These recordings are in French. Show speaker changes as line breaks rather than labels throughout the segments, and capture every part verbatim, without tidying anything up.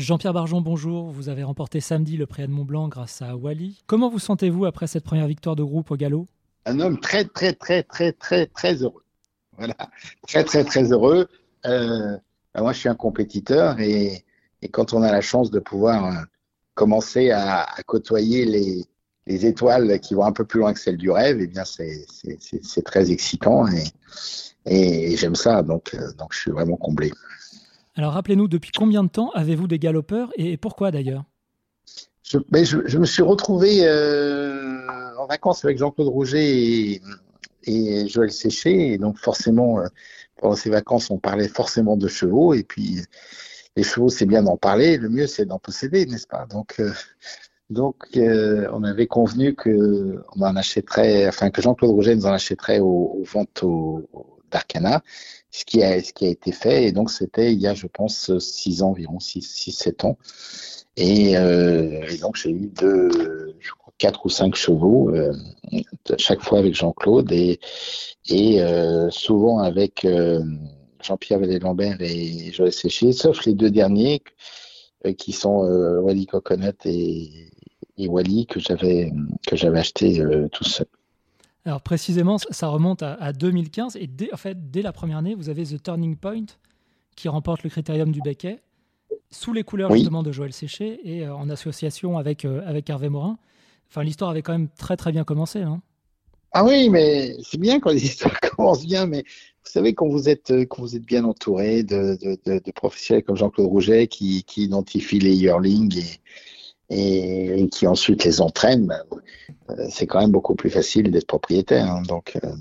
Jean-Pierre Barjon, bonjour. Vous avez remporté samedi le prix Edmond Blanc grâce à Wally. Comment vous sentez-vous après cette première victoire de groupe au galop?
Un homme très, très, très, très, très, très heureux. Voilà, très, très, très heureux. Euh, ben moi, je suis un compétiteur et, et quand on a la chance de pouvoir euh, commencer à, à côtoyer les, les étoiles qui vont un peu plus loin que celles du rêve, eh bien, c'est, c'est, c'est, c'est très excitant et, et, et j'aime ça. Donc, euh, donc, je suis vraiment comblé.
Alors rappelez-nous, depuis combien de temps avez-vous des galopeurs et pourquoi d'ailleurs?
Je, mais je, je me suis retrouvé euh, en vacances avec Jean-Claude Rouget et, et Joël Séché. Et donc, forcément, euh, pendant ces vacances, on parlait forcément de chevaux. Et puis, les chevaux, c'est bien d'en parler. Le mieux, c'est d'en posséder, n'est-ce pas? Donc, euh, donc euh, on avait convenu que on en achèterait, enfin, que Jean-Claude Rouget nous en achèterait aux, aux ventes au, au- d'Arcana, ce qui a, ce qui a été fait. Et donc, c'était il y a, je pense, six ans environ, six, six, sept ans. Et, euh, et donc, j'ai eu deux, je crois, quatre ou cinq chevaux, euh, chaque fois avec Jean-Claude. Et et euh, souvent avec euh, Jean-Pierre Vallée-Lambert et Joël Séché, sauf les deux derniers euh, qui sont euh, Wally Coconut et, et Wally que j'avais que j'avais acheté euh, tout seul.
Alors précisément, ça remonte à, à deux mille quinze et dès, en fait, dès la première année, vous avez The Turning Point qui remporte le Critérium du Becquet sous les couleurs
Oui.
justement de Joël Séché et euh, en association avec, euh, avec Hervé Morin. Enfin, l'histoire avait quand même très très bien commencé, non?
Ah oui, mais c'est bien quand les histoires commencent bien, mais vous savez, quand vous êtes, euh, quand vous êtes bien entouré de, de, de, de professionnels comme Jean-Claude Rouget qui, qui identifient les yearlings et, et, et qui ensuite les entraînent, ben, euh, c'est quand même beaucoup plus facile d'être propriétaire, hein. Donc, euh,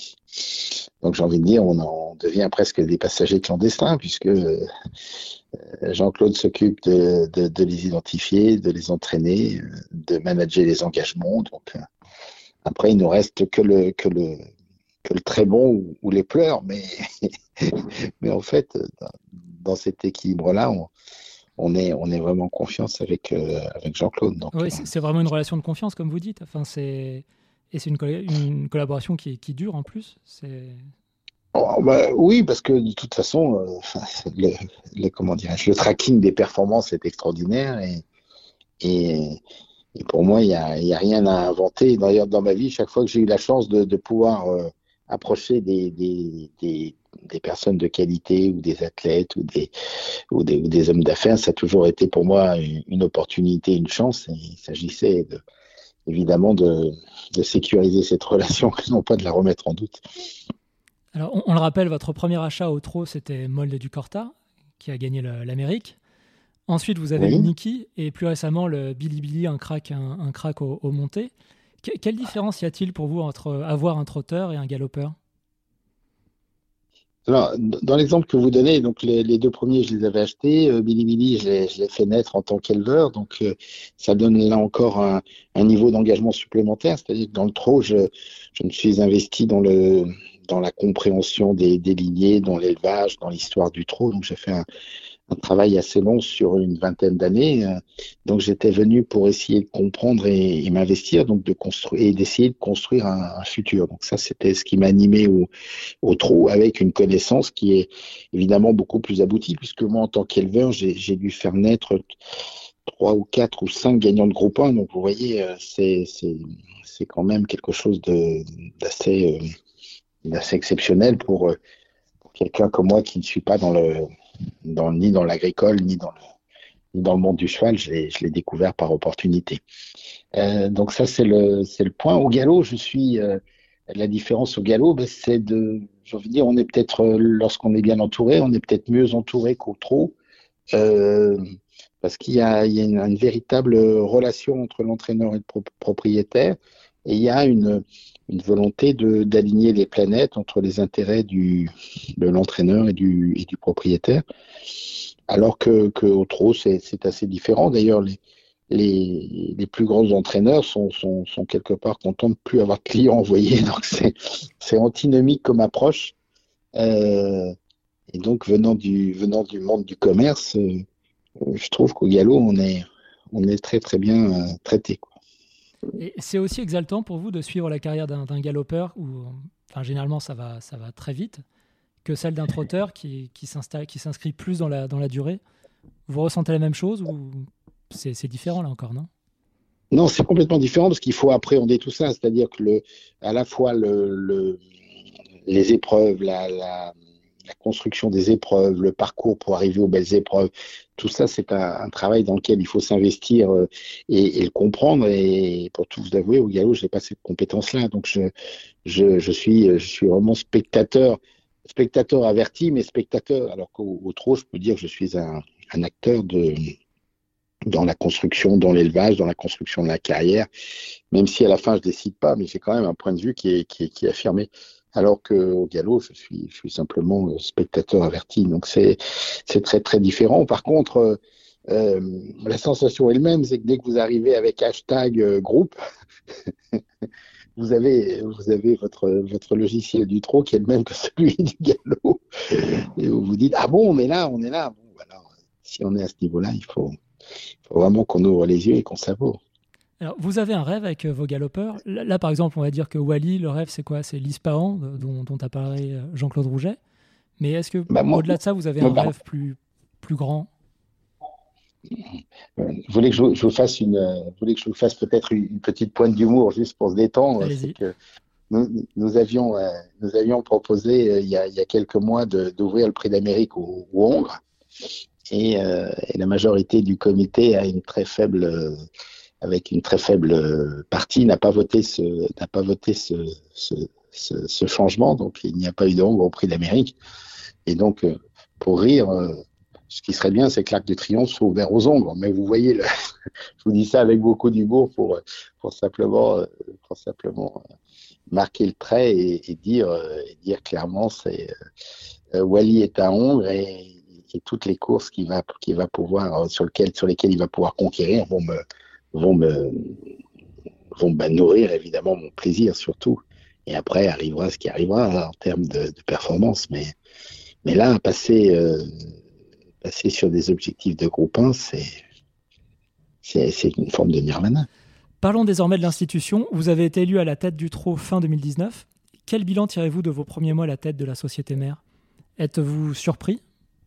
donc j'ai envie de dire, on en devient presque des passagers clandestins puisque euh, Jean-Claude s'occupe de, de, de les identifier, de les entraîner, euh, de manager les engagements. Donc euh, après, il nous reste que le que le que le très bon ou, ou les pleurs, mais mais en fait, dans, dans cet équilibre-là, on, on est on est vraiment en confiance avec euh, avec Jean-Claude. Donc
Oui,
euh,
c'est c'est vraiment une relation de confiance, comme vous dites. Enfin, c'est et c'est une, colla- une collaboration qui, qui dure en plus. C'est
oh, bah, oui, parce que de toute façon, euh, enfin, le, le- comment dirais-je, le tracking des performances est extraordinaire et et Et pour moi, il n'y a, il y a rien à inventer. D'ailleurs, dans ma vie, chaque fois que j'ai eu la chance de, de pouvoir euh, approcher des, des, des, des personnes de qualité ou des athlètes ou des, ou des, ou des hommes d'affaires, ça a toujours été pour moi une, une opportunité, une chance. Et il s'agissait de, évidemment de, de sécuriser cette relation, non pas de la remettre en doute.
Alors, on, on le rappelle, votre premier achat au trot, c'était Molde du Corta, qui a gagné le- l'Amérique. Ensuite, vous avez eu
Oui.
Niki et plus récemment le Billy Billy, un crack, un, un crack au, au monté. Que- quelle différence y a-t-il pour vous entre avoir un trotteur et un galopeur?
Alors, dans l'exemple que vous donnez, donc les, les deux premiers, je les avais achetés. Euh, Billy Billy, je l'ai, je l'ai fait naître en tant qu'éleveur. Donc, euh, ça donne là encore un, un niveau d'engagement supplémentaire. C'est-à-dire que dans le trot, je, je me suis investi dans le, dans la compréhension des, des lignées, dans l'élevage, dans l'histoire du trot. Donc, j'ai fait un, un travail assez long sur une vingtaine d'années. Euh, Donc j'étais venu pour essayer de comprendre et, et m'investir, donc de construire et d'essayer de construire un, un futur. Donc ça, c'était ce qui m'animait au, au trot, avec une connaissance qui est évidemment beaucoup plus aboutie, puisque moi, en tant qu'éleveur, j'ai, j'ai dû faire naître trois ou quatre ou cinq gagnants de groupe un. Donc vous voyez, euh, c'est, c'est, c'est quand même quelque chose de, d'assez, euh, d'assez exceptionnel pour, euh, pour quelqu'un comme moi qui ne suis pas dans le, dans, ni dans l'agricole, ni dans le, dans le monde du cheval, je l'ai, je l'ai découvert par opportunité. Euh, donc ça, c'est le, c'est le point. Au galop, je suis, euh, la différence au galop, ben, c'est de, j'ai envie de dire, on est peut-être, euh, lorsqu'on est bien entouré, on est peut-être mieux entouré qu'au trot, euh, parce qu'il y a, il y a une, une véritable relation entre l'entraîneur et le pro- propriétaire, et il y a une, une volonté de, d'aligner les planètes entre les intérêts du, de l'entraîneur et du, et du propriétaire. Alors que, que au trot, c'est, c'est assez différent. D'ailleurs, les, les, les plus grands entraîneurs sont, sont, sont quelque part contents de plus avoir de clients envoyés. Donc, c'est, c'est antinomique comme approche. Euh, et donc, venant du, venant du monde du commerce, euh, je trouve qu'au galop, on est, on est très, très bien euh, traité, quoi.
Et c'est aussi exaltant pour vous de suivre la carrière d'un d'un galopeur, où enfin, généralement ça va, ça va très vite, que celle d'un trotteur qui, qui s'installe, qui s'inscrit plus dans la, dans la durée. Vous ressentez la même chose ou c'est, c'est différent là encore, non?
Non, c'est complètement différent parce qu'il faut appréhender tout ça, c'est-à-dire que le, à la fois le, le, les épreuves, la, la, la construction des épreuves, le parcours pour arriver aux belles épreuves, tout ça, c'est un, un travail dans lequel il faut s'investir euh, et, et le comprendre. Et pour tout vous avouer, au galop, je n'ai pas cette compétence-là, donc je, je, je suis, je suis vraiment spectateur, spectateur averti, mais spectateur. Alors qu'au au trot, je peux dire que je suis un, un acteur de dans la construction, dans l'élevage, dans la construction de la carrière, même si à la fin je décide pas, mais j'ai quand même un point de vue qui est, qui est, qui est affirmé. Alors qu'au galop, je suis, je suis simplement spectateur averti. Donc c'est, c'est très très différent. Par contre, euh, la sensation est le même, c'est que dès que vous arrivez avec hashtag euh, groupe, vous avez, vous avez votre, votre logiciel du trot qui est le même que celui du galop. Et vous vous dites, ah bon, on est là, on est là. Bon, alors, si on est à ce niveau-là, il faut, il faut vraiment qu'on ouvre les yeux et qu'on savoure.
Alors, vous avez un rêve avec euh, vos galopeurs. Là, là, par exemple, on va dire que Wally, le rêve, c'est quoi? C'est l'Ispahan, euh, dont, dont a parlé euh, Jean-Claude Rouget. Mais est-ce que,
Bah, moi,
au-delà de ça, vous avez
moi,
un
bah,
rêve plus, plus grand?
euh, vous voulez que je, je vous fasse une, euh, vous voulez que je vous fasse peut-être une, une petite pointe d'humour juste pour se détendre. C'est
Allez-y.
que nous, nous avions, euh, nous avions proposé euh, il y a, il y a quelques mois de, d'ouvrir le Prix d'Amérique aux, aux Hongres et, euh, et la majorité du comité a une très faible euh, avec une très faible partie, n'a pas voté ce, n'a pas voté ce, ce, ce, ce changement. Donc, il n'y a pas eu de Hongre au Prix d'Amérique. Et donc, euh, pour rire, euh, ce qui serait bien, c'est que l'Arc de Triomphe soit ouvert aux Hongres. Mais vous voyez, le, je vous dis ça avec beaucoup d'humour pour, pour simplement, pour simplement marquer le trait et, et dire, et dire clairement, c'est euh, Wally est à Hongre et, et toutes les courses qu'il va, qu'il va pouvoir, sur, lequel, sur lesquelles il va pouvoir conquérir vont me vont me vont bah, nourrir évidemment mon plaisir surtout. Et après arrivera ce qui arrivera là, en termes de, de performance. Mais, mais là, passer, euh, passer sur des objectifs de groupe un, c'est, c'est, c'est une forme de nirvana.
Parlons désormais de l'institution. Vous avez été élu à la tête du trot fin deux mille dix-neuf. Quel bilan tirez-vous de vos premiers mois à la tête de la société mère? Êtes-vous surpris?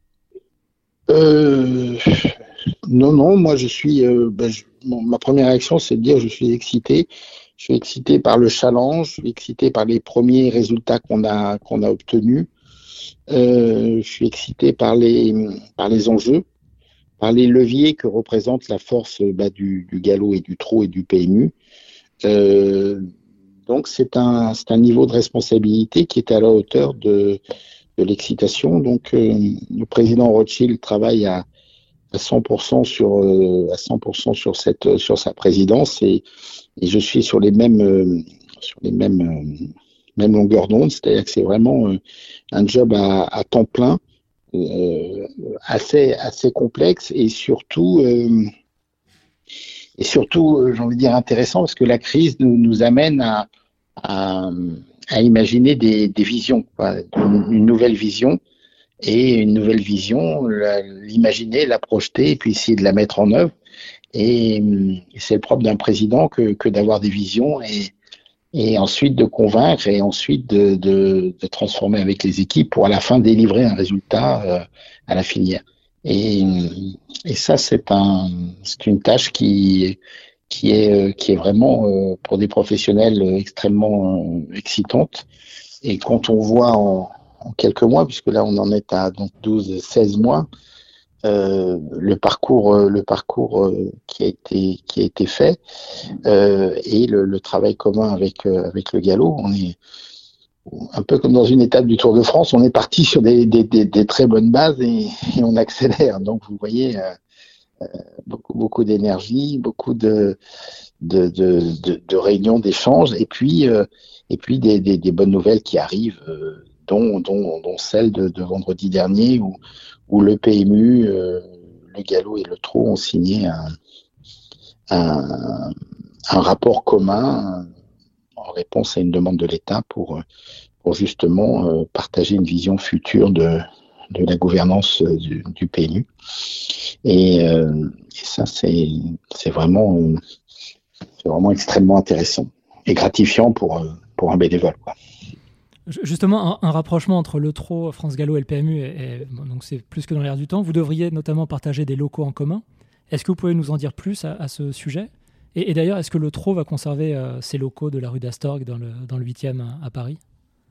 euh, Non, non, moi je suis. Euh, ben, je, bon, ma première réaction, c'est de dire je suis excité. Je suis excité par le challenge, je suis excité par les premiers résultats qu'on a qu'on a obtenus. Euh, je suis excité par les par les enjeux, par les leviers que représente la force bah, du, du galop et du trot et du P M U. Euh, donc c'est un c'est un niveau de responsabilité qui est à la hauteur de de l'excitation. Donc euh, le président Rothschild travaille à à cent pour cent sur euh, à cent pour cent sur cette sur sa présidence et, et je suis sur les mêmes euh, sur les mêmes euh, mêmes longueurs d'onde, c'est-à-dire que c'est vraiment euh, un job à, à temps plein euh, assez assez complexe et surtout euh, et surtout euh, j'ai envie de dire intéressant parce que la crise nous, nous amène à, à à imaginer des, des visions, quoi, une, une nouvelle vision. Et une nouvelle vision, la, l'imaginer, la projeter, et puis essayer de la mettre en œuvre. Et, et c'est le propre d'un président que, que d'avoir des visions et, et ensuite de convaincre et ensuite de, de, de transformer avec les équipes pour à la fin délivrer un résultat euh, à la filière. Et, et ça, c'est un, c'est une tâche qui, qui est, qui est vraiment euh, pour des professionnels extrêmement euh, excitante. Et quand on voit en en quelques mois, puisque là on en est à donc douze, seize mois, euh, le parcours, euh, le parcours euh, qui a été qui a été fait euh, et le, le travail commun avec euh, avec le galop, on est un peu comme dans une étape du Tour de France, on est parti sur des, des, des, des très bonnes bases et, et on accélère. Donc vous voyez euh, euh, beaucoup beaucoup d'énergie, beaucoup de de, de, de, de réunions, d'échanges, et puis euh, et puis des, des, des bonnes nouvelles qui arrivent. Euh, Dont, dont, dont celle de, de vendredi dernier où, où le P M U, euh, le galop et le trot ont signé un, un, un rapport commun en réponse à une demande de l'État pour, pour justement euh, partager une vision future de, de la gouvernance du, du P M U. Et, euh, et ça, c'est, c'est, vraiment, euh, c'est vraiment extrêmement intéressant et gratifiant pour, pour un bénévole, quoi.
Justement, un, un rapprochement entre le T R O, France Gallo et le P M U, est, est, bon, donc c'est plus que dans l'air du temps. Vous devriez notamment partager des locaux en commun. Est-ce que vous pouvez nous en dire plus à, à ce sujet ? Et, et d'ailleurs, est-ce que le T R O va conserver euh, ses locaux de la rue d'Astorg dans le, dans le huitième à, à Paris ?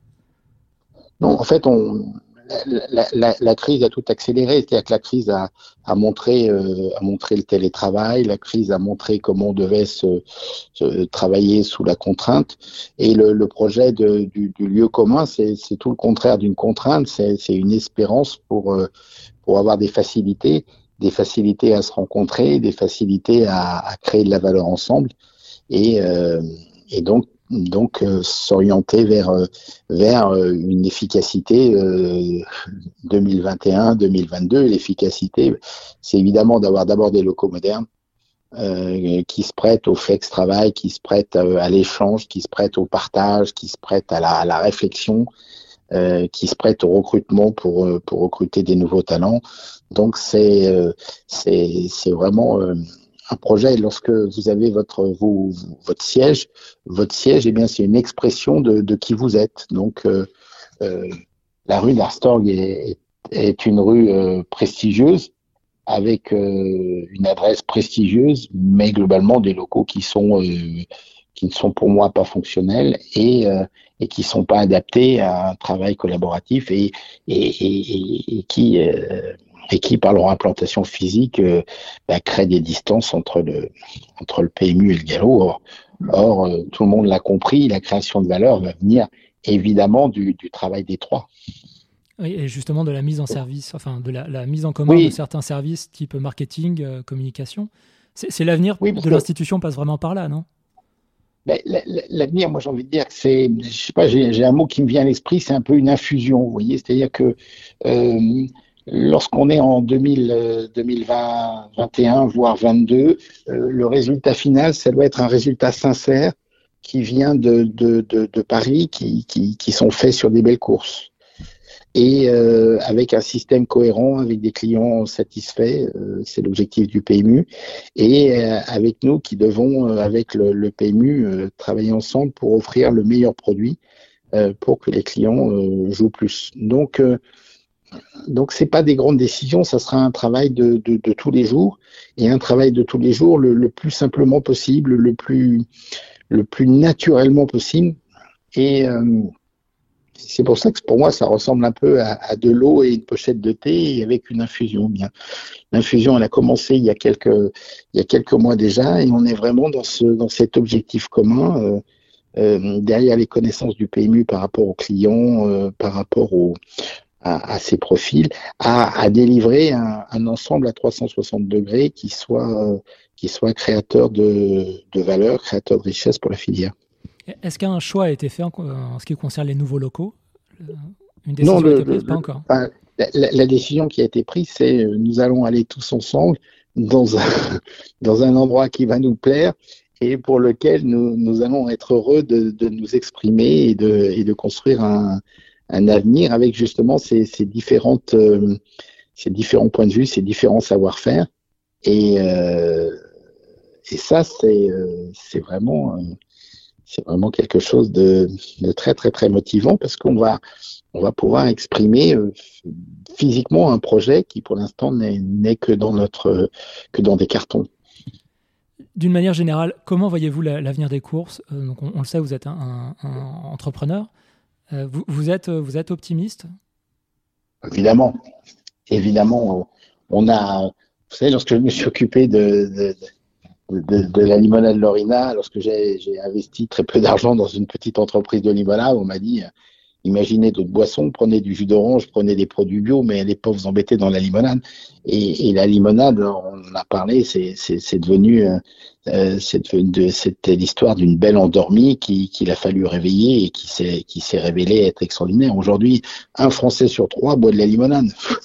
Non, en fait, on, la, la, la crise a tout accéléré. C'est-à-dire que la crise a, a, montré, euh, a montré le télétravail, la crise a montré comment on devait se, se travailler sous la contrainte. Et le, le projet de, du, du lieu commun, c'est, c'est tout le contraire d'une contrainte. C'est, c'est une espérance pour, euh, pour avoir des facilités, des facilités à se rencontrer, des facilités à, à créer de la valeur ensemble. Et, euh, et donc, donc euh, s'orienter vers euh, vers euh, une efficacité euh, deux mille vingt et un deux mille vingt-deux. L'efficacité, c'est évidemment d'avoir d'abord des locaux modernes euh, qui se prêtent au flex travail, qui se prêtent à, à l'échange, qui se prêtent au partage, qui se prêtent à la, à la réflexion, euh, qui se prêtent au recrutement pour pour recruter des nouveaux talents. Donc c'est euh, c'est c'est vraiment euh, un projet. Lorsque vous avez votre vous, votre siège, votre siège, eh bien c'est une expression de, de qui vous êtes. Donc euh, euh, la rue d'Astorg est, est une rue euh, prestigieuse avec euh, une adresse prestigieuse, mais globalement des locaux qui sont euh, qui ne sont pour moi pas fonctionnels et euh, et qui sont pas adaptés à un travail collaboratif et et et, et, et qui euh, et qui, par leur implantation physique, euh, bah, créent des distances entre le, entre le P M U et le Gallo. Or, or euh, tout le monde l'a compris, la création de valeur va venir évidemment du, du travail des trois.
Oui, et justement de la mise en service, enfin de la, la mise en commun
oui.
de certains services type marketing, euh, communication. C'est, c'est l'avenir
oui,
de l'institution passe vraiment par là, non ?
Ben, l'avenir, moi j'ai envie de dire que c'est, je sais pas, j'ai, j'ai un mot qui me vient à l'esprit, c'est un peu une infusion, vous voyez, c'est-à-dire que euh, lorsqu'on est en deux mille, deux mille vingt, vingt et un, voire vingt-deux, euh, le résultat final, ça doit être un résultat sincère qui vient de, de, de, de Paris, qui, qui, qui sont faits sur des belles courses. Et euh, avec un système cohérent, avec des clients satisfaits, euh, c'est l'objectif du P M U, et euh, avec nous qui devons, euh, avec le, le P M U, euh, travailler ensemble pour offrir le meilleur produit euh, pour que les clients euh, jouent plus. Donc, euh, donc c'est pas des grandes décisions, ça sera un travail de, de, de tous les jours, et un travail de tous les jours le, le plus simplement possible, le plus, le plus naturellement possible, et euh, c'est pour ça que pour moi, ça ressemble un peu à, à de l'eau et une pochette de thé avec une infusion. Bien, l'infusion, elle a commencé il y a quelques, il y a quelques mois déjà, et on est vraiment dans ce, dans cet objectif commun, euh, euh, derrière les connaissances du P M U par rapport aux clients, euh, par rapport au, à, à ses profils, à, à délivrer un, un ensemble à trois cent soixante degrés qui soit, euh, qui soit créateur de, de valeur, créateur de richesse pour la filière.
Est-ce qu'un choix a été fait en, en ce qui concerne les nouveaux locaux ? Une décision
Non, le,
a été prise ?
le,
Pas encore.
La, la, la décision qui a été prise, c'est euh, nous allons aller tous ensemble dans un, dans un endroit qui va nous plaire et pour lequel nous, nous allons être heureux de, de nous exprimer et de, et de construire un, un avenir avec justement ces, ces, différentes, euh, ces différents points de vue, ces différents savoir-faire. Et, euh, et ça, c'est, euh, c'est vraiment... Euh, c'est vraiment quelque chose de, de très, très, très motivant parce qu'on va, on va pouvoir exprimer euh, physiquement un projet qui, pour l'instant, n'est, n'est que dans notre, que dans des cartons.
D'une manière générale, comment voyez-vous la, l'avenir des courses ? euh, donc on, on le sait, vous êtes un, un, un entrepreneur. Euh, vous, vous, êtes, vous êtes optimiste ?
Évidemment. Évidemment, on a... Vous savez, lorsque je me suis occupé de... de De, de la limonade Lorina, lorsque j'ai, j'ai investi très peu d'argent dans une petite entreprise de limonade, on m'a dit, imaginez d'autres boissons, prenez du jus d'orange, prenez des produits bio, mais les pauvres vous embêtez dans la limonade. Et, et la limonade, on en a parlé, c'est, c'est, c'est devenu, euh, c'est devenu de, c'était l'histoire d'une belle endormie qui, qu'il a fallu réveiller et qui s'est, qui s'est révélée être extraordinaire. Aujourd'hui, un Français sur trois boit de la limonade.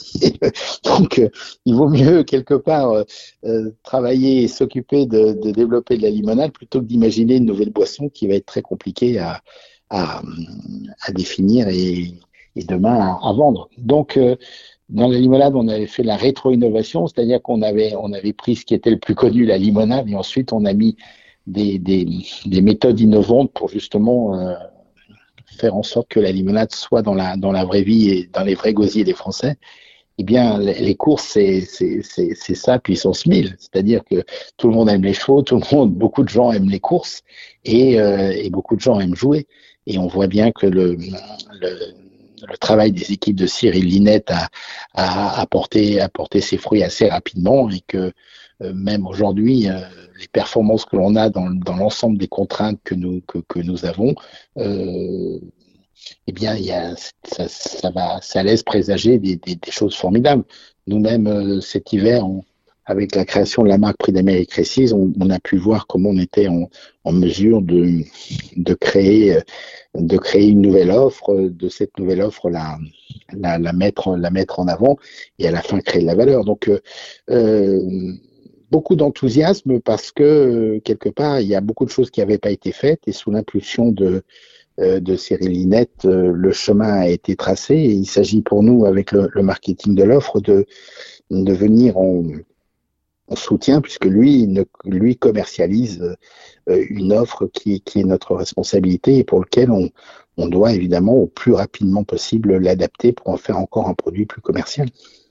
Donc, euh, il vaut mieux quelque part euh, euh, travailler et s'occuper de, de développer de la limonade plutôt que d'imaginer une nouvelle boisson qui va être très compliquée à À, à définir et, et demain à, à vendre. Donc, euh, dans la limonade, on avait fait la rétro-innovation, c'est-à-dire qu'on avait, on avait pris ce qui était le plus connu, la limonade, et ensuite on a mis des, des, des méthodes innovantes pour justement euh, faire en sorte que la limonade soit dans la, dans la vraie vie et dans les vrais gosiers des Français, eh bien, les, les courses, c'est, c'est, c'est, c'est ça puissance mille. C'est-à-dire que tout le monde aime les chevaux, tout le monde, beaucoup de gens aiment les courses et, euh, et beaucoup de gens aiment jouer. Et on voit bien que le, le, le travail des équipes de Cyril Linette a, a, a, porté, a porté ses fruits assez rapidement et que euh, même aujourd'hui, euh, les performances que l'on a dans, dans l'ensemble des contraintes que nous, que, que nous avons, euh, eh bien, il y a, ça, ça, va, ça laisse présager des, des, des choses formidables. Nous-mêmes, euh, cet hiver, on, avec la création de la marque Prix d'Amérique Récise, on, on a pu voir comment on était en, en mesure de, de, créer, de créer une nouvelle offre, de cette nouvelle offre, la, la, la, mettre, la mettre en avant et à la fin créer de la valeur. Donc, euh, beaucoup d'enthousiasme parce que, quelque part, il y a beaucoup de choses qui n'avaient pas été faites et sous l'impulsion de de Cyril Linette, le chemin a été tracé et il s'agit pour nous, avec le, le marketing de l'offre, de, de venir en, en soutien, puisque lui, ne, lui commercialise une offre qui, qui est notre responsabilité et pour lequel on, on doit évidemment au plus rapidement possible l'adapter pour en faire encore un produit plus commercial.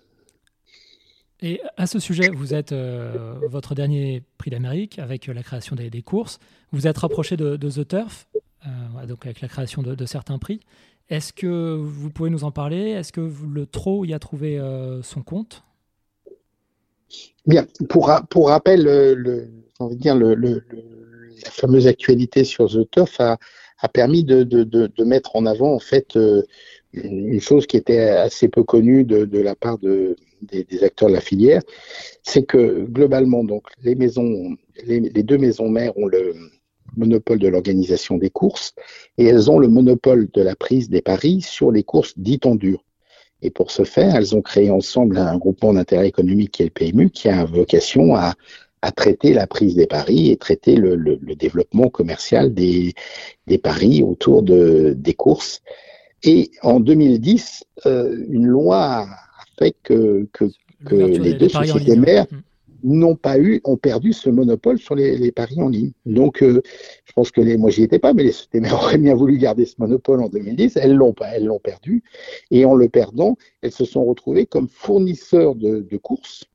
Et à ce sujet, vous êtes euh, votre dernier prix d'Amérique avec la création des, des courses. Vous êtes rapproché de, de The Turf. Euh, donc avec la création de, de certains prix. Est-ce que vous pouvez nous en parler? Est-ce que le trot y a trouvé euh, son compte?
Bien, pour, pour rappel, le, le, on va dire le, le, le, la fameuse actualité sur The Turf a, a permis de, de, de, de mettre en avant en fait euh, une chose qui était assez peu connue de, de la part de, des, des acteurs de la filière, c'est que globalement donc les maisons, les, les deux maisons mères ont le monopole de l'organisation des courses et elles ont le monopole de la prise des paris sur les courses dites en dur. Et pour ce faire, elles ont créé ensemble un groupement d'intérêt économique qui est le P M U, qui a vocation à, à traiter la prise des paris et traiter le, le, le développement commercial des, des paris autour de, des courses. Et en deux mille dix, euh, une loi a fait que, que, que les deux sociétés mères n'ont pas eu, ont perdu ce monopole sur les, les paris en ligne. Donc, euh, je pense que les, moi j'y étais pas, mais les sociétés mères auraient bien voulu garder ce monopole en deux mille dix. Elles l'ont pas, elles l'ont perdu. Et en le perdant, elles se sont retrouvées comme fournisseurs de, de courses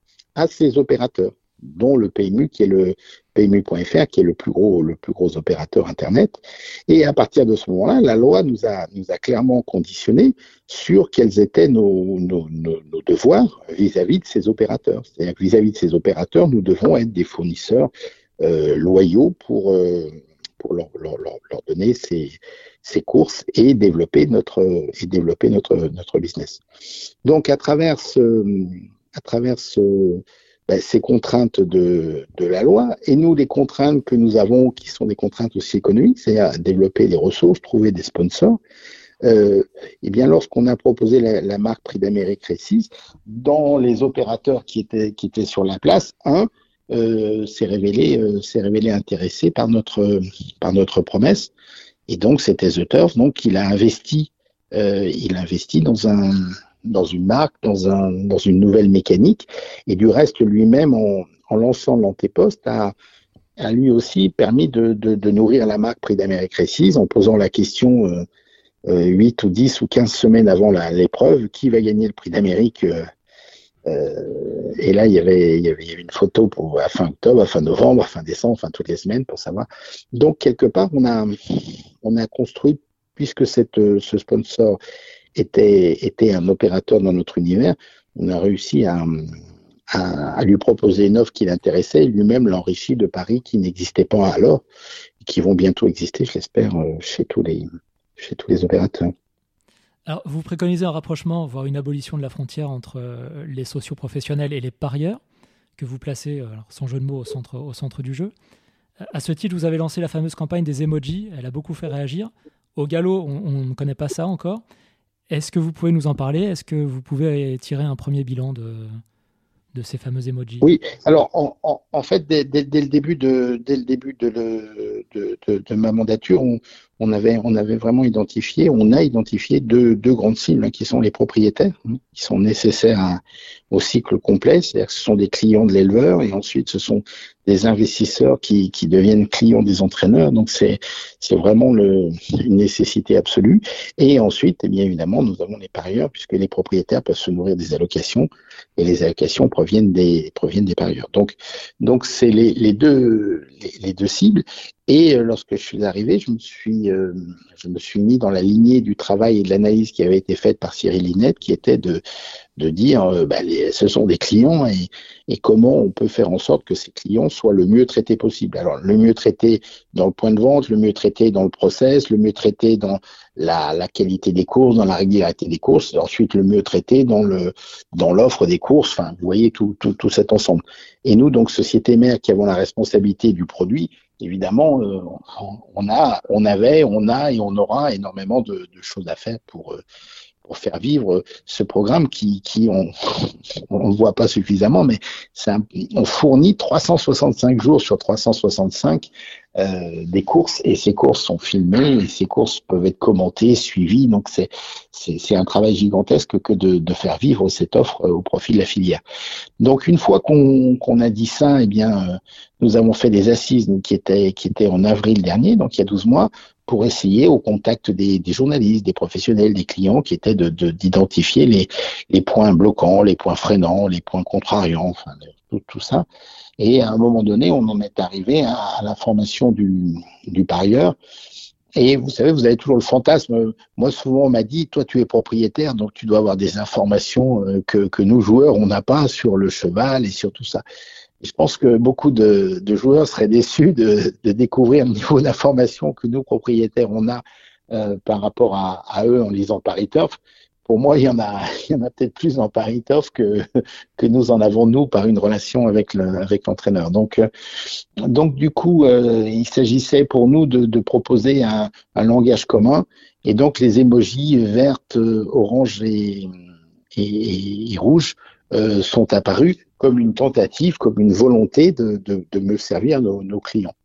à ces opérateurs, dont le P M U, qui est le P M U point F R, qui est le plus gros, le plus gros opérateur Internet. Et à partir de ce moment-là, la loi nous a, nous a clairement conditionnés sur quels étaient nos, nos, nos, nos devoirs vis-à-vis de ces opérateurs. C'est-à-dire que vis-à-vis de ces opérateurs, nous devons être des fournisseurs euh, loyaux pour, euh, pour leur, leur, leur, leur donner ces, ces courses et développer notre, et développer notre, notre business. Donc, à travers ce, à travers ce, ben, ces contraintes de, de la loi, et nous, les contraintes que nous avons, qui sont des contraintes aussi économiques, c'est-à-dire développer des ressources, trouver des sponsors, euh, et bien lorsqu'on a proposé la, la marque Prix d'Amérique Récise, dans les opérateurs qui étaient, qui étaient sur la place, un euh, s'est révélé, euh, s'est révélé intéressé par notre, par notre promesse, et donc c'était The Turf, donc il a investi, euh, il a investi dans un dans une marque, dans, un, dans une nouvelle mécanique. Et du reste, lui-même, en, en lançant l'antéposte, a, a lui aussi permis de, de, de nourrir la marque Prix d'Amérique Récise en posant la question euh, euh, huit ou dix ou quinze semaines avant la, l'épreuve, qui va gagner le Prix d'Amérique euh, euh, Et là, il y, avait, il, y avait, il y avait une photo pour, à fin octobre, à fin novembre, à fin décembre, enfin toutes les semaines pour savoir. Donc, quelque part, on a, on a construit, puisque cette, ce sponsor était, était un opérateur dans notre univers, on a réussi à, à, à lui proposer une offre qui l'intéressait et lui-même l'enrichit de paris qui n'existaient pas alors et qui vont bientôt exister, je l'espère, chez tous les, chez tous les opérateurs.
Alors, vous préconisez un rapprochement, voire une abolition de la frontière entre les socioprofessionnels et les parieurs, que vous placez, alors, sans jeu de mots, au centre, au centre du jeu. À ce titre, vous avez lancé la fameuse campagne des emojis, elle a beaucoup fait réagir. Au galop, on, on ne connaît pas ça encore. Est-ce que vous pouvez nous en parler? Est-ce que vous pouvez tirer un premier bilan de, de ces fameux emojis?
Oui, alors en, en, en fait, dès, dès, dès le début de, dès le début de, le, de, de, de ma mandature, on, on avait, on avait vraiment identifié, on a identifié deux, deux grandes cibles, hein, qui sont les propriétaires, hein, qui sont nécessaires à, au cycle complet, c'est-à-dire que ce sont des clients de l'éleveur et ensuite ce sont des investisseurs qui, qui deviennent clients des entraîneurs. Donc c'est, c'est vraiment le, une nécessité absolue. Et ensuite, eh bien évidemment, nous avons les parieurs puisque les propriétaires peuvent se nourrir des allocations et les allocations proviennent des, proviennent des parieurs. Donc, donc c'est les, les deux, les, les deux cibles. Et lorsque je suis arrivé, je me suis, euh, je me suis mis dans la lignée du travail et de l'analyse qui avait été faite par Cyril Linette, qui était de, de dire, euh, bah, les, ce sont des clients et, et comment on peut faire en sorte que ces clients soient le mieux traités possible. Alors, le mieux traité dans le point de vente, le mieux traité dans le process, le mieux traité dans la, la qualité des courses, dans la régularité des courses, et ensuite le mieux traité dans le, dans l'offre des courses. Enfin, vous voyez tout, tout, tout cet ensemble. Et nous, donc, société mère qui avons la responsabilité du produit, évidemment, euh, on a, on avait, on a et on aura énormément de, de choses à faire pour, pour faire vivre ce programme qui, qui on on ne voit pas suffisamment, mais c'est un, on fournit trois cent soixante-cinq jours sur trois cent soixante-cinq euh, des courses et ces courses sont filmées et ces courses peuvent être commentées, suivies. Donc c'est c'est, c'est un travail gigantesque que de, de faire vivre cette offre au profit de la filière. Donc une fois qu'on, qu'on a dit ça, eh bien euh, nous avons fait des assises qui étaient qui étaient en avril dernier, donc il y a douze mois, pour essayer au contact des, des journalistes, des professionnels, des clients, qui étaient de, de, d'identifier les, les points bloquants, les points freinants, les points contrariants, enfin tout, tout ça. Et à un moment donné, on en est arrivé à, à la formation du, du parieur. Et vous savez, vous avez toujours le fantasme. Moi, souvent, on m'a dit, toi, tu es propriétaire, donc tu dois avoir des informations que, que nous, joueurs, on n'a pas sur le cheval et sur tout ça. Je pense que beaucoup de, de joueurs seraient déçus de, de découvrir le niveau d'information que nous, propriétaires, on a euh, par rapport à, à eux en lisant Paris Turf. Pour moi, il y en a, il y en a peut-être plus dans Paris Turf que, que nous en avons, nous, par une relation avec, le, avec l'entraîneur. Donc, euh, donc du coup, euh, il s'agissait pour nous de, de proposer un, un langage commun. Et donc, les émojis vertes, orange et, et, et rouges euh, sont apparus comme une tentative, comme une volonté de, de, de mieux servir nos, nos clients.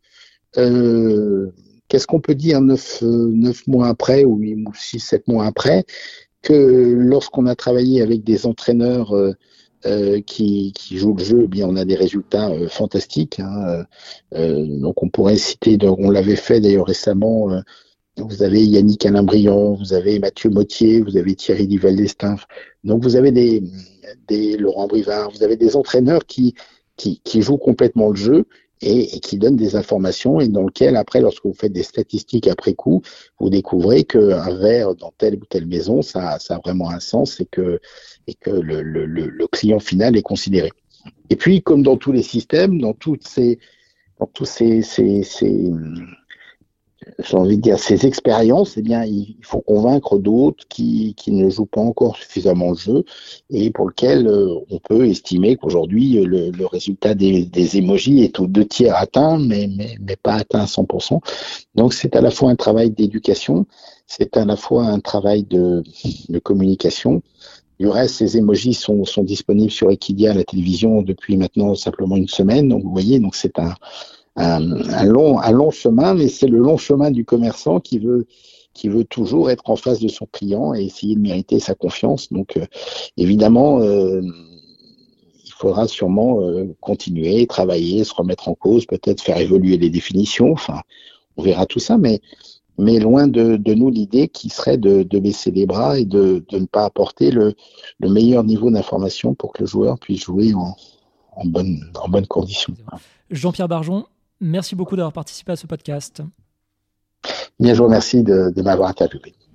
Euh, qu'est-ce qu'on peut dire neuf, neuf mois après ou six, sept mois après, que lorsqu'on a travaillé avec des entraîneurs euh, euh, qui, qui jouent le jeu, eh bien on a des résultats euh, fantastiques. Hein, euh, donc on pourrait citer, on l'avait fait d'ailleurs récemment. Euh, Vous avez Yannick Alain-Briand, vous avez Mathieu Mottier, vous avez Thierry Duval-Destin. Donc vous avez des, des Laurent Brivard, vous avez des entraîneurs qui, qui, qui jouent complètement le jeu et, et qui donnent des informations et dans lequel après, lorsque vous faites des statistiques après coup, vous découvrez qu'un verre dans telle ou telle maison, ça, ça a vraiment un sens et que, et que le, le, le client final est considéré. Et puis, comme dans tous les systèmes, dans toutes ces, dans tous ces, ces, ces j'ai envie de dire, ces expériences, eh bien, il faut convaincre d'autres qui, qui ne jouent pas encore suffisamment le jeu et pour lequel euh, on peut estimer qu'aujourd'hui, le, le résultat des, des émojis est aux deux tiers atteint, mais, mais, mais pas atteint à cent pour cent. Donc, c'est à la fois un travail d'éducation, c'est à la fois un travail de, de communication. Du reste, ces émojis sont, sont disponibles sur Equidia à la télévision depuis maintenant simplement une semaine. Donc, vous voyez, donc c'est un Un, un, long, un long chemin, mais c'est le long chemin du commerçant qui veut, qui veut toujours être en face de son client et essayer de mériter sa confiance. Donc, euh, évidemment, euh, il faudra sûrement euh, continuer, travailler, se remettre en cause, peut-être faire évoluer les définitions. Enfin, on verra tout ça, mais, mais loin de, de nous l'idée qui serait de, de baisser les bras et de, de ne pas apporter le, le meilleur niveau d'information pour que le joueur puisse jouer en, en bonne, en bonnes conditions.
Jean-Pierre Barjon, merci beaucoup d'avoir participé à ce podcast.
Bien, je vous remercie de, de m'avoir interviewé.